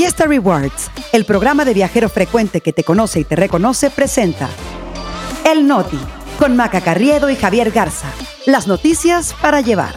Fiesta Rewards, el programa de viajero frecuente que te conoce y te reconoce, presenta El Noti, con Maca Carriedo y Javier Garza. Las noticias para llevar.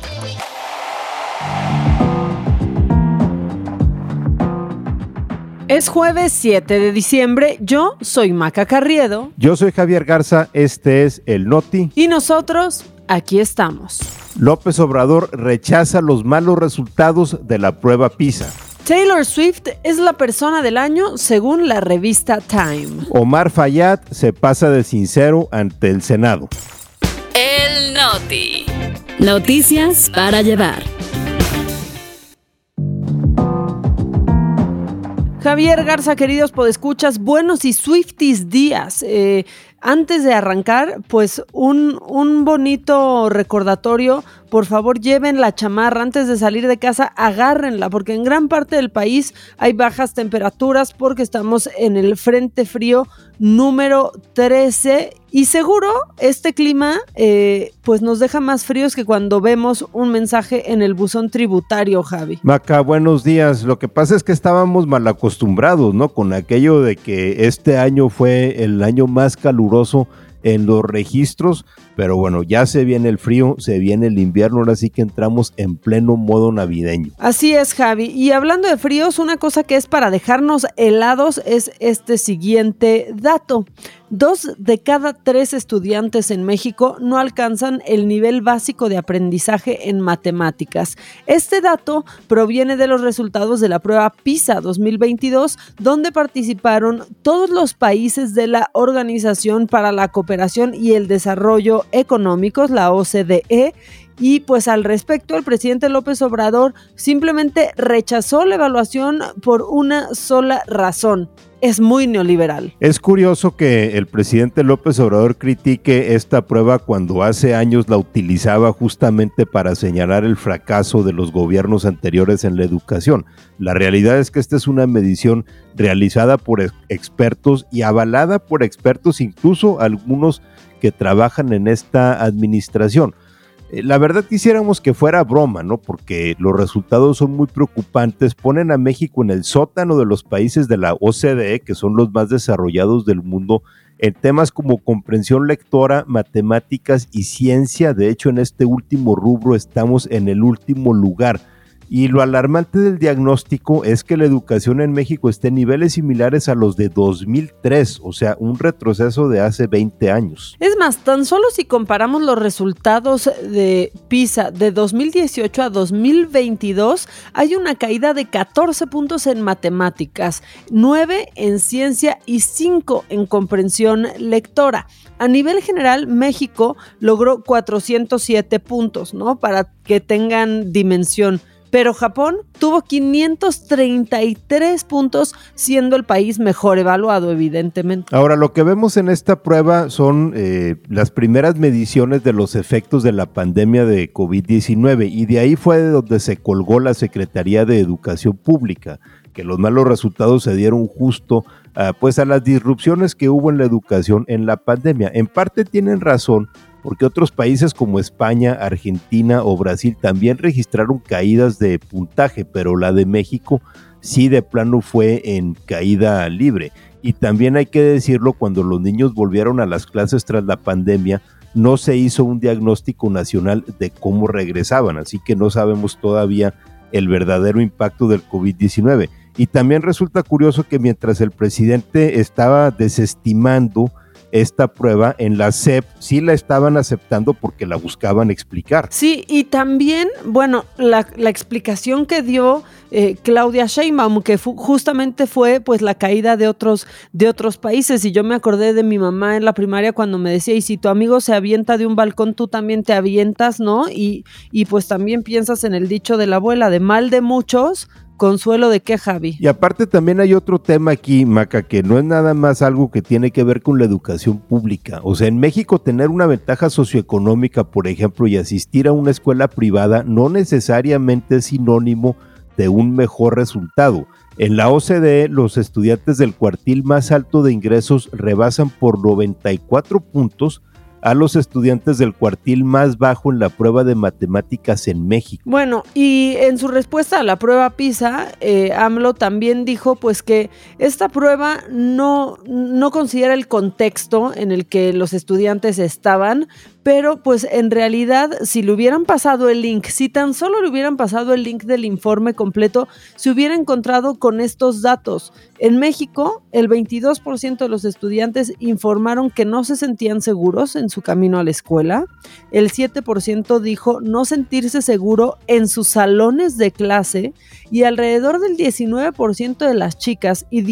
Es jueves 7 de diciembre, yo soy Maca Carriedo. Yo soy Javier Garza, este es El Noti. Y nosotros, aquí estamos. López Obrador rechaza los malos resultados de la prueba PISA. Taylor Swift es la persona del año según la revista Time. Omar Fayad se pasa de sincero ante el Senado. El Noti. Noticias para llevar. Javier Garza, queridos podescuchas, buenos y Swifties días. Antes de arrancar, pues un bonito recordatorio. Por favor, lleven la chamarra antes de salir de casa, agárrenla, porque en gran parte del país hay bajas temperaturas porque estamos en el frente frío número 13 y seguro este clima pues nos deja más fríos que cuando vemos un mensaje en el buzón tributario, Javi. Maca, buenos días. Lo que pasa es que estábamos mal acostumbrados, ¿no? Con aquello de que este año fue el año más caluroso en los registros, pero bueno, ya se viene el frío, se viene el invierno, ahora sí que entramos en pleno modo navideño. Así es, Javi, y hablando de fríos, una cosa que es para dejarnos helados es este siguiente dato. 2 de cada 3 estudiantes en México no alcanzan el nivel básico de aprendizaje en matemáticas. Este dato proviene de los resultados de la prueba PISA 2022, donde participaron todos los países de la Organización para la Cooperación y el Desarrollo Económicos, la OCDE, y pues al respecto el presidente López Obrador simplemente rechazó la evaluación por una sola razón. Es muy neoliberal. Es curioso que el presidente López Obrador critique esta prueba cuando hace años la utilizaba justamente para señalar el fracaso de los gobiernos anteriores en la educación. La realidad es que esta es una medición realizada por expertos y avalada por expertos, incluso algunos que trabajan en esta administración. La verdad quisiéramos que fuera broma, ¿no? Porque los resultados son muy preocupantes, ponen a México en el sótano de los países de la OCDE, que son los más desarrollados del mundo, en temas como comprensión lectora, matemáticas y ciencia. De hecho, en este último rubro estamos en el último lugar. Y lo alarmante del diagnóstico es que la educación en México está en niveles similares a los de 2003, o sea, un retroceso de hace 20 años. Es más, tan solo si comparamos los resultados de PISA de 2018 a 2022, hay una caída de 14 puntos en matemáticas, 9 en ciencia y 5 en comprensión lectora. A nivel general, México logró 407 puntos, ¿no? Para que tengan dimensión. Pero Japón tuvo 533 puntos, siendo el país mejor evaluado, evidentemente. Ahora, lo que vemos en esta prueba son las primeras mediciones de los efectos de la pandemia de COVID-19, y de ahí fue de donde se colgó la Secretaría de Educación Pública, que los malos resultados se dieron justo pues a las disrupciones que hubo en la educación en la pandemia. En parte tienen razón, porque otros países como España, Argentina o Brasil también registraron caídas de puntaje, pero la de México sí de plano fue en caída libre. Y también hay que decirlo, cuando los niños volvieron a las clases tras la pandemia, no se hizo un diagnóstico nacional de cómo regresaban, así que no sabemos todavía el verdadero impacto del COVID-19. Y también resulta curioso que mientras el presidente estaba desestimando esta prueba, en la SEP sí la estaban aceptando porque la buscaban explicar. Sí, y también, bueno, la explicación que dio Claudia Sheinbaum, que justamente fue pues la caída de otros países, y yo me acordé de mi mamá en la primaria cuando me decía, y si tu amigo se avienta de un balcón, tú también te avientas, ¿no? Y pues también piensas en el dicho de la abuela, de mal de muchos, consuelo de qué, Javi. Y aparte también hay otro tema aquí, Maca, que no es nada más algo que tiene que ver con la educación pública. O sea, en México tener una ventaja socioeconómica, por ejemplo, y asistir a una escuela privada no necesariamente es sinónimo de un mejor resultado. En la OCDE, los estudiantes del cuartil más alto de ingresos rebasan por 94 puntos a los estudiantes del cuartil más bajo en la prueba de matemáticas en México. Bueno, y en su respuesta a la prueba PISA, AMLO también dijo pues que esta prueba no considera el contexto en el que los estudiantes estaban, pero pues en realidad si le hubieran pasado el link, si tan solo le hubieran pasado el link del informe completo, se hubiera encontrado con estos datos. En México, el 22% de los estudiantes informaron que no se sentían seguros en su camino a la escuela. El 7% dijo no sentirse seguro en sus salones de clase y alrededor del 19% de las chicas y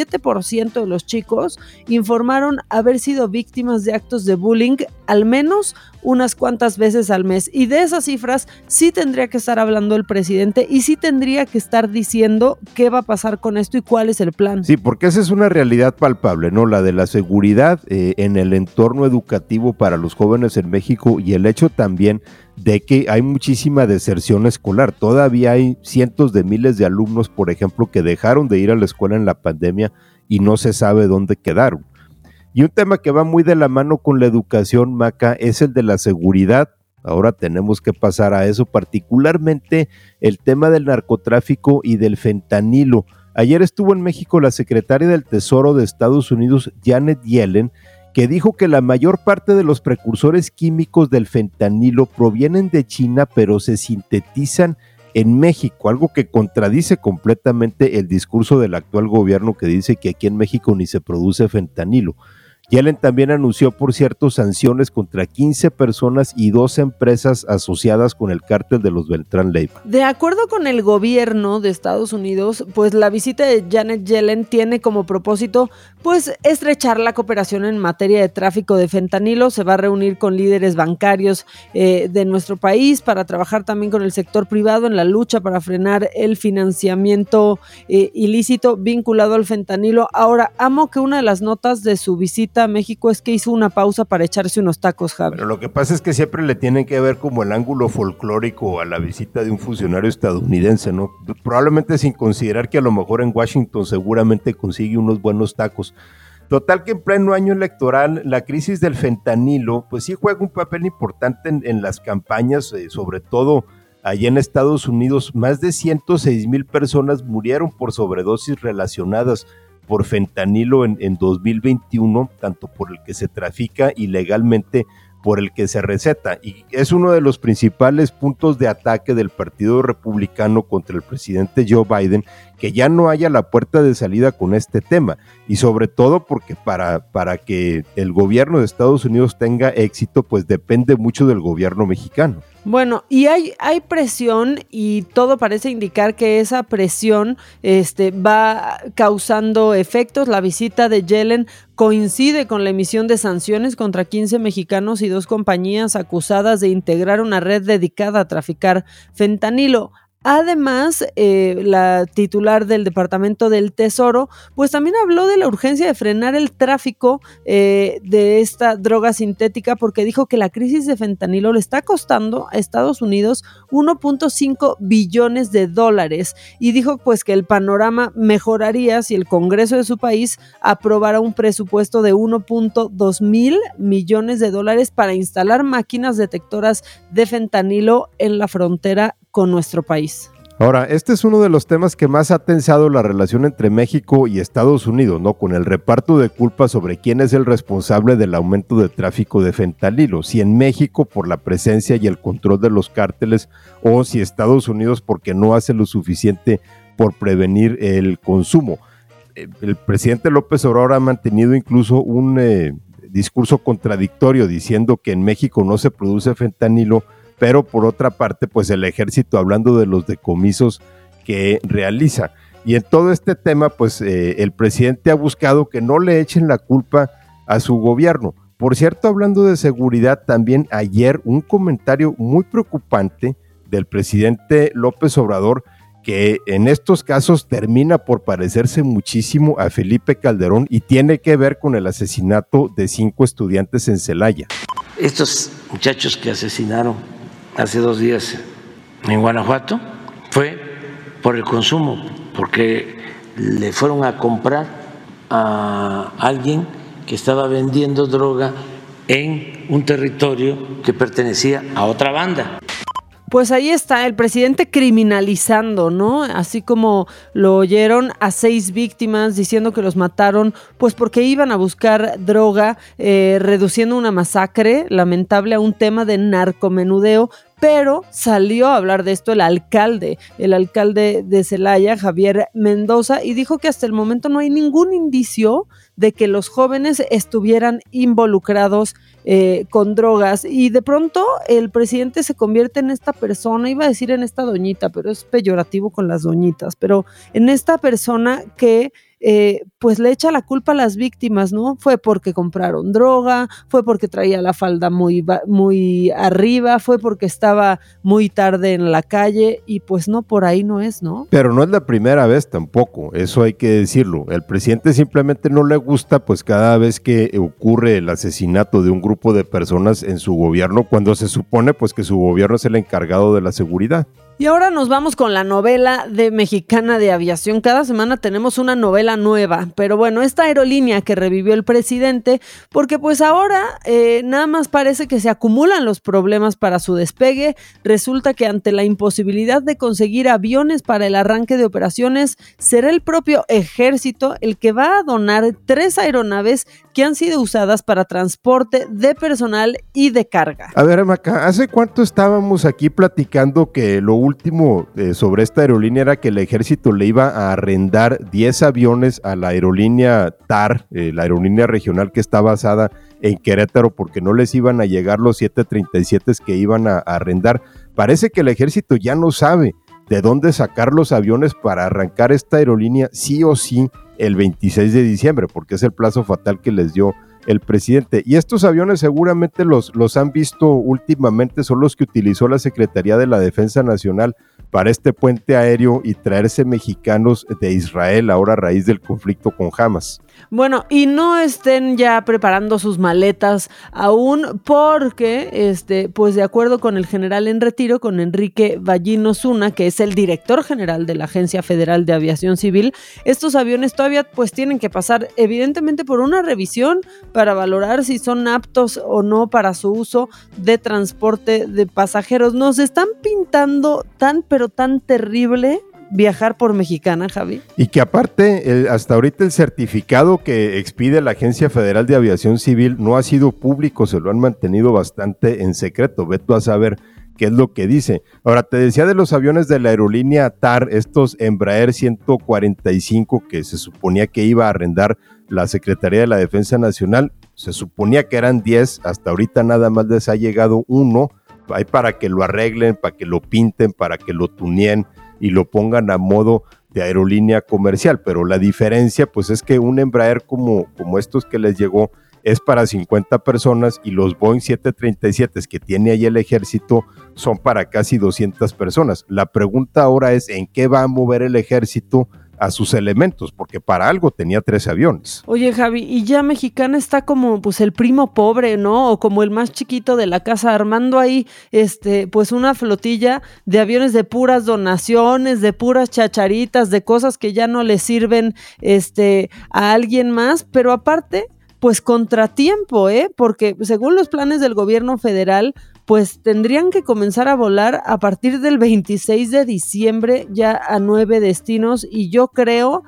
17% de los chicos informaron haber sido víctimas de actos de bullying al menos unas cuantas veces al mes. Y de esas cifras sí tendría que estar hablando el presidente y sí tendría que estar diciendo qué va a pasar con esto y cuál es el plan. Sí, porque esa es una realidad palpable, ¿no? La de la seguridad en el entorno educativo para los jóvenes en México y el hecho también de que hay muchísima deserción escolar. Todavía hay cientos de miles de alumnos, por ejemplo, que dejaron de ir a la escuela en la pandemia y no se sabe dónde quedaron. Y un tema que va muy de la mano con la educación, Maca, es el de la seguridad. Ahora tenemos que pasar a eso, particularmente el tema del narcotráfico y del fentanilo. Ayer estuvo en México la secretaria del Tesoro de Estados Unidos, Janet Yellen, que dijo que la mayor parte de los precursores químicos del fentanilo provienen de China, pero se sintetizan en México, algo que contradice completamente el discurso del actual gobierno que dice que aquí en México ni se produce fentanilo. Yellen también anunció, por cierto, sanciones contra 15 personas y 2 empresas asociadas con el cártel de los Beltrán Leiva. De acuerdo con el gobierno de Estados Unidos, pues la visita de Janet Yellen tiene como propósito pues estrechar la cooperación en materia de tráfico de fentanilo. Se va a reunir con líderes bancarios de nuestro país para trabajar también con el sector privado en la lucha para frenar el financiamiento ilícito vinculado al fentanilo. Ahora, amo que una de las notas de su visita a México es que hizo una pausa para echarse unos tacos, Javi. Pero lo que pasa es que siempre le tienen que ver como el ángulo folclórico a la visita de un funcionario estadounidense, ¿no? Probablemente sin considerar que a lo mejor en Washington seguramente consigue unos buenos tacos. Total que en pleno año electoral la crisis del fentanilo pues sí juega un papel importante en las campañas, sobre todo allá en Estados Unidos. Más de 106,000 personas murieron por sobredosis relacionadas por fentanilo en 2021, tanto por el que se trafica ilegalmente, por el que se receta, y es uno de los principales puntos de ataque del Partido Republicano contra el presidente Joe Biden, que ya no haya la puerta de salida con este tema, y sobre todo porque para que el gobierno de Estados Unidos tenga éxito, pues depende mucho del gobierno mexicano. Bueno, y hay presión y todo parece indicar que esa presión va causando efectos. La visita de Yellen coincide con la emisión de sanciones contra 15 mexicanos y 2 compañías acusadas de integrar una red dedicada a traficar fentanilo. Además, la titular del Departamento del Tesoro, pues también habló de la urgencia de frenar el tráfico de esta droga sintética, porque dijo que la crisis de fentanilo le está costando a Estados Unidos 1.5 billones de dólares, y dijo pues que el panorama mejoraría si el Congreso de su país aprobara un presupuesto de 1.2 mil millones de dólares para instalar máquinas detectoras de fentanilo en la frontera con nuestro país. Ahora, este es uno de los temas que más ha tensado la relación entre México y Estados Unidos, ¿no? Con el reparto de culpa sobre quién es el responsable del aumento de tráfico de fentanilo, si en México por la presencia y el control de los cárteles, o si Estados Unidos porque no hace lo suficiente por prevenir el consumo. El presidente López Obrador ha mantenido incluso un discurso contradictorio diciendo que en México no se produce fentanilo, pero por otra parte, pues el ejército hablando de los decomisos que realiza. Y en todo este tema, pues el presidente ha buscado que no le echen la culpa a su gobierno. Por cierto, hablando de seguridad, también ayer un comentario muy preocupante del presidente López Obrador, que en estos casos termina por parecerse muchísimo a Felipe Calderón y tiene que ver con el asesinato de 5 estudiantes en Celaya. Estos muchachos que asesinaron hace 2 días en Guanajuato fue por el consumo, porque le fueron a comprar a alguien que estaba vendiendo droga en un territorio que pertenecía a otra banda. Pues ahí está el presidente criminalizando, ¿no? Así como lo oyeron, a 6 víctimas diciendo que los mataron pues porque iban a buscar droga, reduciendo una masacre lamentable a un tema de narcomenudeo. Pero salió a hablar de esto el alcalde de Celaya, Javier Mendoza, y dijo que hasta el momento no hay ningún indicio de que los jóvenes estuvieran involucrados con drogas. Y de pronto el presidente se convierte en esta persona, iba a decir en esta doñita, pero es peyorativo con las doñitas, pero en esta persona que pues le echa la culpa a las víctimas, ¿no? Fue porque compraron droga, fue porque traía la falda muy arriba, fue porque estaba muy tarde en la calle y pues no, por ahí no es, ¿no? Pero no es la primera vez tampoco, eso hay que decirlo. El presidente simplemente no le gusta pues cada vez que ocurre el asesinato de un grupo de personas en su gobierno, cuando se supone pues que su gobierno es el encargado de la seguridad. Y ahora nos vamos con la novela de Mexicana de Aviación. Cada semana tenemos una novela nueva, pero bueno, esta aerolínea que revivió el presidente, porque pues ahora nada más parece que se acumulan los problemas para su despegue. Resulta que ante la imposibilidad de conseguir aviones para el arranque de operaciones, será el propio ejército el que va a donar 3 aeronaves que han sido usadas para transporte de personal y de carga. A ver, Maca, ¿hace cuánto estábamos aquí platicando que lo último sobre esta aerolínea era que el ejército le iba a arrendar 10 aviones a la aerolínea TAR, la aerolínea regional que está basada en Querétaro, porque no les iban a llegar los 737 que iban a arrendar? Parece que el ejército ya no sabe de dónde sacar los aviones para arrancar esta aerolínea sí o sí el 26 de diciembre, porque es el plazo fatal que les dio el presidente. Y estos aviones seguramente los han visto últimamente, son los que utilizó la Secretaría de la Defensa Nacional para este puente aéreo y traerse mexicanos de Israel ahora a raíz del conflicto con Hamas. Bueno, y no estén ya preparando sus maletas aún porque, pues de acuerdo con el general en retiro, con Enrique Ballín Osuna, que es el director general de la Agencia Federal de Aviación Civil, estos aviones todavía pues tienen que pasar evidentemente por una revisión para valorar si son aptos o no para su uso de transporte de pasajeros. Nos están pintando pero tan terrible viajar por Mexicana, Javi. Y que aparte, hasta ahorita el certificado que expide la Agencia Federal de Aviación Civil no ha sido público, se lo han mantenido bastante en secreto. Ve tú a saber qué es lo que dice. Ahora, te decía de los aviones de la aerolínea TAR, estos Embraer 145 que se suponía que iba a arrendar la Secretaría de la Defensa Nacional, se suponía que eran 10, hasta ahorita nada más les ha llegado uno, hay para que lo arreglen, para que lo pinten, para que lo tuneen y lo pongan a modo de aerolínea comercial, pero la diferencia pues es que un Embraer como estos que les llegó es para 50 personas y los Boeing 737 que tiene ahí el ejército son para casi 200 personas. La pregunta ahora es ¿en qué va a mover el ejército a sus elementos? Porque para algo tenía 3 aviones. Oye, Javi, y ya Mexicana está como pues el primo pobre, ¿no? O como el más chiquito de la casa, armando ahí pues una flotilla de aviones de puras donaciones, de puras chacharitas, de cosas que ya no le sirven a alguien más, pero aparte pues contratiempo, porque según los planes del gobierno federal, pues tendrían que comenzar a volar a partir del 26 de diciembre ya a 9 destinos y yo creo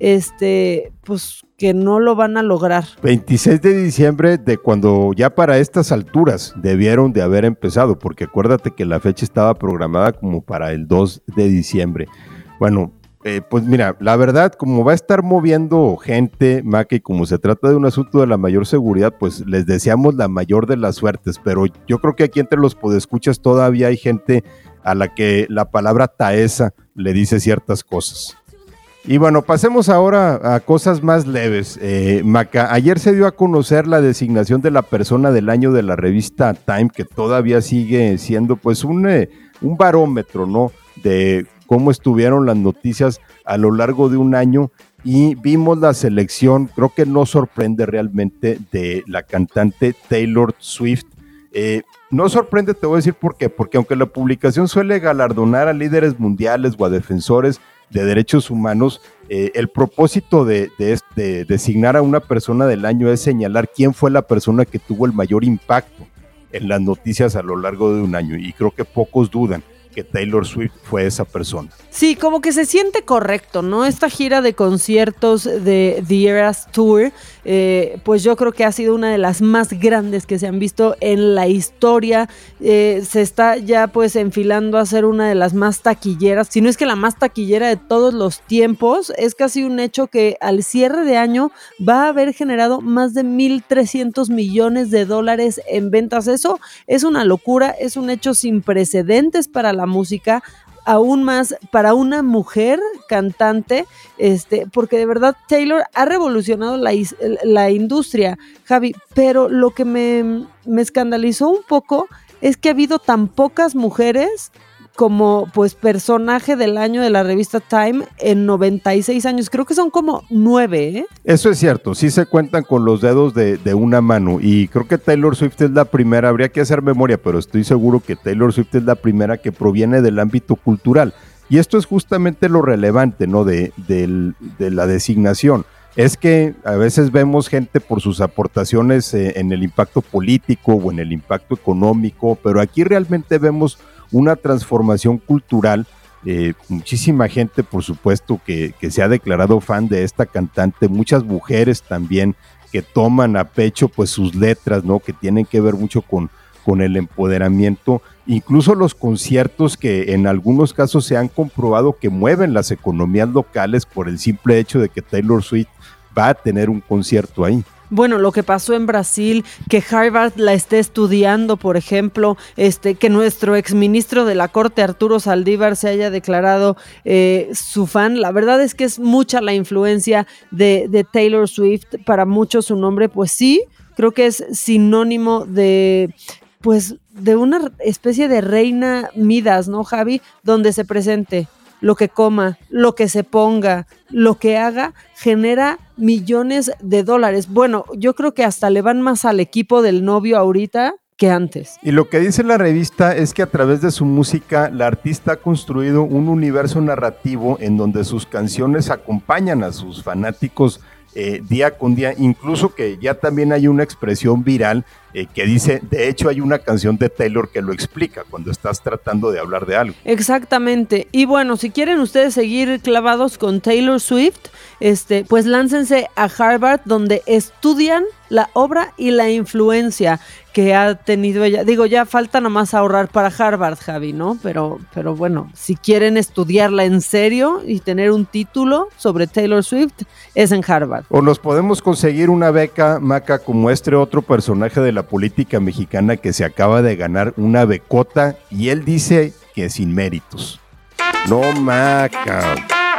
pues que no lo van a lograr. 26 de diciembre de cuando ya para estas alturas debieron de haber empezado, porque acuérdate que la fecha estaba programada como para el 2 de diciembre. Bueno, pues mira, la verdad, como va a estar moviendo gente, Maca, y como se trata de un asunto de la mayor seguridad, pues les deseamos la mayor de las suertes, pero yo creo que aquí entre los podescuchas todavía hay gente a la que la palabra taesa le dice ciertas cosas. Y bueno, pasemos ahora a cosas más leves. Maca, ayer se dio a conocer la designación de la persona del año de la revista Time, que todavía sigue siendo pues un barómetro, ¿no?, de cómo estuvieron las noticias a lo largo de un año, y vimos la selección, creo que no sorprende realmente, de la cantante Taylor Swift. No sorprende, te voy a decir por qué, porque aunque la publicación suele galardonar a líderes mundiales o a defensores de derechos humanos, el propósito de designar a una persona del año es señalar quién fue la persona que tuvo el mayor impacto en las noticias a lo largo de un año, y creo que pocos dudan que Taylor Swift fue esa persona. Sí, como que se siente correcto, ¿no? Esta gira de conciertos de The Eras Tour, pues yo creo que ha sido una de las más grandes que se han visto en la historia. Se está ya pues enfilando a ser una de las más taquilleras, si no es que la más taquillera de todos los tiempos. Es casi un hecho que al cierre de año va a haber generado más de 1,300 millones de dólares en ventas. Eso es una locura, es un hecho sin precedentes para la música, aún más para una mujer cantante, porque de verdad Taylor ha revolucionado la industria, Javi, pero lo que me escandalizó un poco es que ha habido tan pocas mujeres como pues personaje del año de la revista Time en 96 años, creo que son como 9, ¿eh? Eso es cierto, sí se cuentan con los dedos de una mano, y creo que Taylor Swift es la primera, habría que hacer memoria, pero estoy seguro que Taylor Swift es la primera que proviene del ámbito cultural, y esto es justamente lo relevante, ¿no? de la designación. Es que a veces vemos gente por sus aportaciones en el impacto político o en el impacto económico, pero aquí realmente vemos una transformación cultural. Muchísima gente, por supuesto, que se ha declarado fan de esta cantante, muchas mujeres también que toman a pecho pues sus letras, ¿no? Que tienen que ver mucho con el empoderamiento, incluso los conciertos que en algunos casos se han comprobado que mueven las economías locales por el simple hecho de que Taylor Swift va a tener un concierto ahí. Bueno, lo que pasó en Brasil, que Harvard la esté estudiando, por ejemplo, que nuestro exministro de la Corte, Arturo Saldívar, se haya declarado su fan. La verdad es que es mucha la influencia de Taylor Swift. Para muchos su nombre, pues sí, creo que es sinónimo de una especie de reina Midas, ¿no, Javi? Donde se presente, lo que coma, lo que se ponga, lo que haga, genera millones de dólares. Bueno, yo creo que hasta le van más al equipo del novio ahorita que antes. Y lo que dice la revista es que a través de su música, la artista ha construido un universo narrativo en donde sus canciones acompañan a sus fanáticos día con día, incluso que ya también hay una expresión viral que dice, de hecho hay una canción de Taylor que lo explica cuando estás tratando de hablar de algo. Exactamente, y bueno, si quieren ustedes seguir clavados con Taylor Swift, pues láncense a Harvard, donde estudian la obra y la influencia que ha tenido ella. Digo, ya falta nomás ahorrar para Harvard, Javi, ¿no? Pero bueno, si quieren estudiarla en serio y tener un título sobre Taylor Swift, es en Harvard. O nos podemos conseguir una beca, Maca, como otro personaje de la política mexicana que se acaba de ganar una becota, y él dice que sin méritos. No, Maca.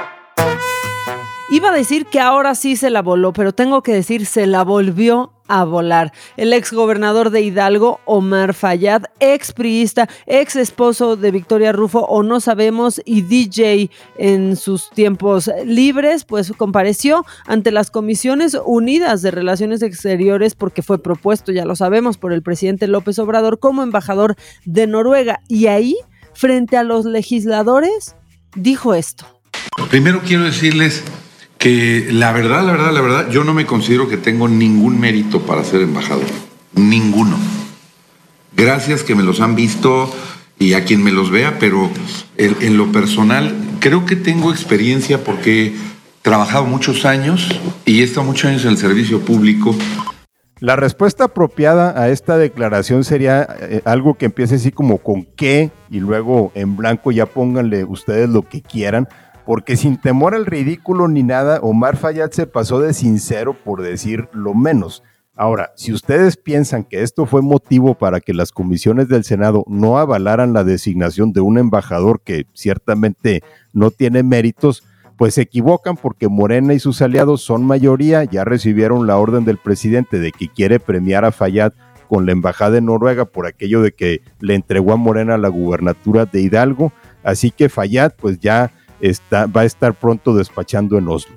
Iba a decir que ahora sí se la voló, pero tengo que decir se la volvió a volar. El exgobernador de Hidalgo, Omar Fayad, expriista, ex esposo de Victoria Rufo, o no sabemos, y DJ en sus tiempos libres, pues compareció ante las Comisiones Unidas de Relaciones Exteriores porque fue propuesto, ya lo sabemos, por el presidente López Obrador como embajador de Noruega. Y ahí, frente a los legisladores, dijo esto. Primero quiero decirles que la verdad, yo no me considero que tengo ningún mérito para ser embajador. Ninguno. Gracias que me los han visto y a quien me los vea, pero en lo personal creo que tengo experiencia porque he trabajado muchos años y he estado muchos años en el servicio público. La respuesta apropiada a esta declaración sería algo que empiece así como con qué y luego en blanco ya pónganle ustedes lo que quieran, porque sin temor al ridículo ni nada, Omar Fayad se pasó de sincero por decir lo menos. Ahora, si ustedes piensan que esto fue motivo para que las comisiones del Senado no avalaran la designación de un embajador que ciertamente no tiene méritos, pues se equivocan, porque Morena y sus aliados son mayoría, ya recibieron la orden del presidente de que quiere premiar a Fayad con la embajada de Noruega por aquello de que le entregó a Morena la gubernatura de Hidalgo, así que Fayad pues ya va a estar pronto despachando en Oslo.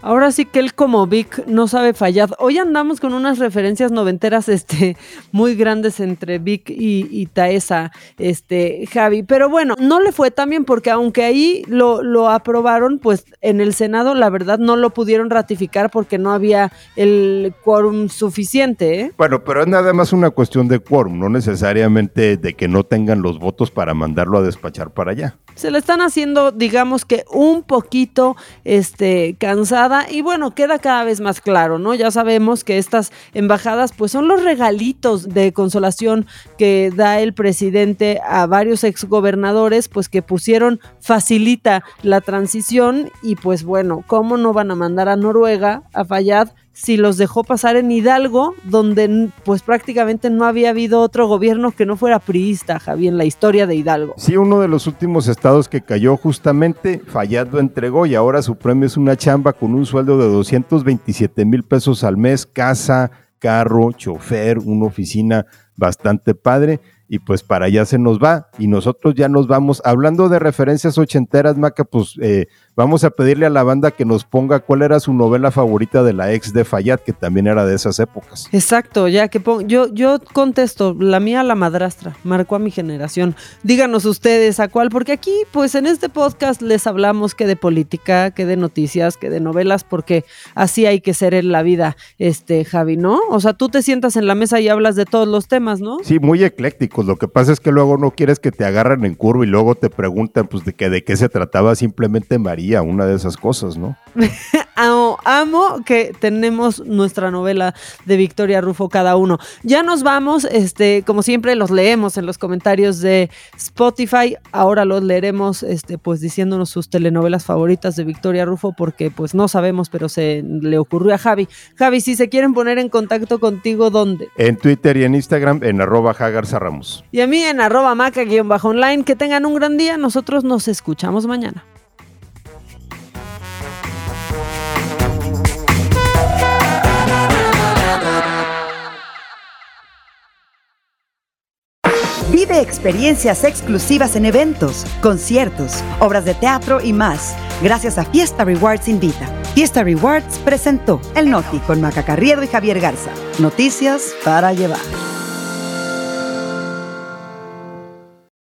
Ahora sí que él como Vic no sabe fallar. Hoy andamos con unas referencias noventeras muy grandes entre Vic y Taesa, Javi. Pero bueno, no le fue tan bien porque aunque ahí lo aprobaron, pues en el Senado la verdad no lo pudieron ratificar porque no había el quórum suficiente, ¿eh? Bueno, pero es nada más una cuestión de quórum, no necesariamente de que no tengan los votos para mandarlo a despachar para allá. Se le están haciendo, digamos que un poquito cansada y bueno, queda cada vez más claro, ¿no? Ya sabemos que estas embajadas pues son los regalitos de consolación que da el presidente a varios exgobernadores, pues que facilita la transición y pues bueno, ¿cómo no van a mandar a Noruega, a Fayad, si los dejó pasar en Hidalgo, donde pues prácticamente no había habido otro gobierno que no fuera priista, Javi, en la historia de Hidalgo? Sí, uno de los últimos estados que cayó justamente, Fayad lo entregó y ahora su premio es una chamba con un sueldo de 227,000 pesos al mes, casa, carro, chofer, una oficina bastante padre. Y pues para allá se nos va y nosotros ya nos vamos. Hablando de referencias ochenteras, Maca, pues vamos a pedirle a la banda que nos ponga cuál era su novela favorita de la ex de Fayad, que también era de esas épocas. Exacto, ya que yo contesto, la mía, La Madrastra, marcó a mi generación. Díganos ustedes a cuál, porque aquí pues en este podcast les hablamos que de política, que de noticias, que de novelas, porque así hay que ser en la vida, Javi, ¿no? O sea, tú te sientas en la mesa y hablas de todos los temas, ¿no? Sí, muy eclécticos. Lo que pasa es que luego no quieres que te agarren en curva y luego te preguntan pues de qué se trataba simplemente María, una de esas cosas, ¿no? Amo que tenemos nuestra novela de Victoria Rufo cada uno. Ya nos vamos, como siempre los leemos en los comentarios de Spotify. Ahora los leeremos pues diciéndonos sus telenovelas favoritas de Victoria Rufo, porque pues no sabemos, pero se le ocurrió a Javi. Javi, si se quieren poner en contacto contigo, ¿dónde? En Twitter y en Instagram en @JagarzaRamos. Y a mí en @maca_online. Que tengan un gran día. Nosotros nos escuchamos mañana. Vive experiencias exclusivas en eventos, conciertos, obras de teatro y más, gracias a Fiesta Rewards Invita. Fiesta Rewards presentó El Noti con Maca Carriedo y Javier Garza. Noticias para llevar.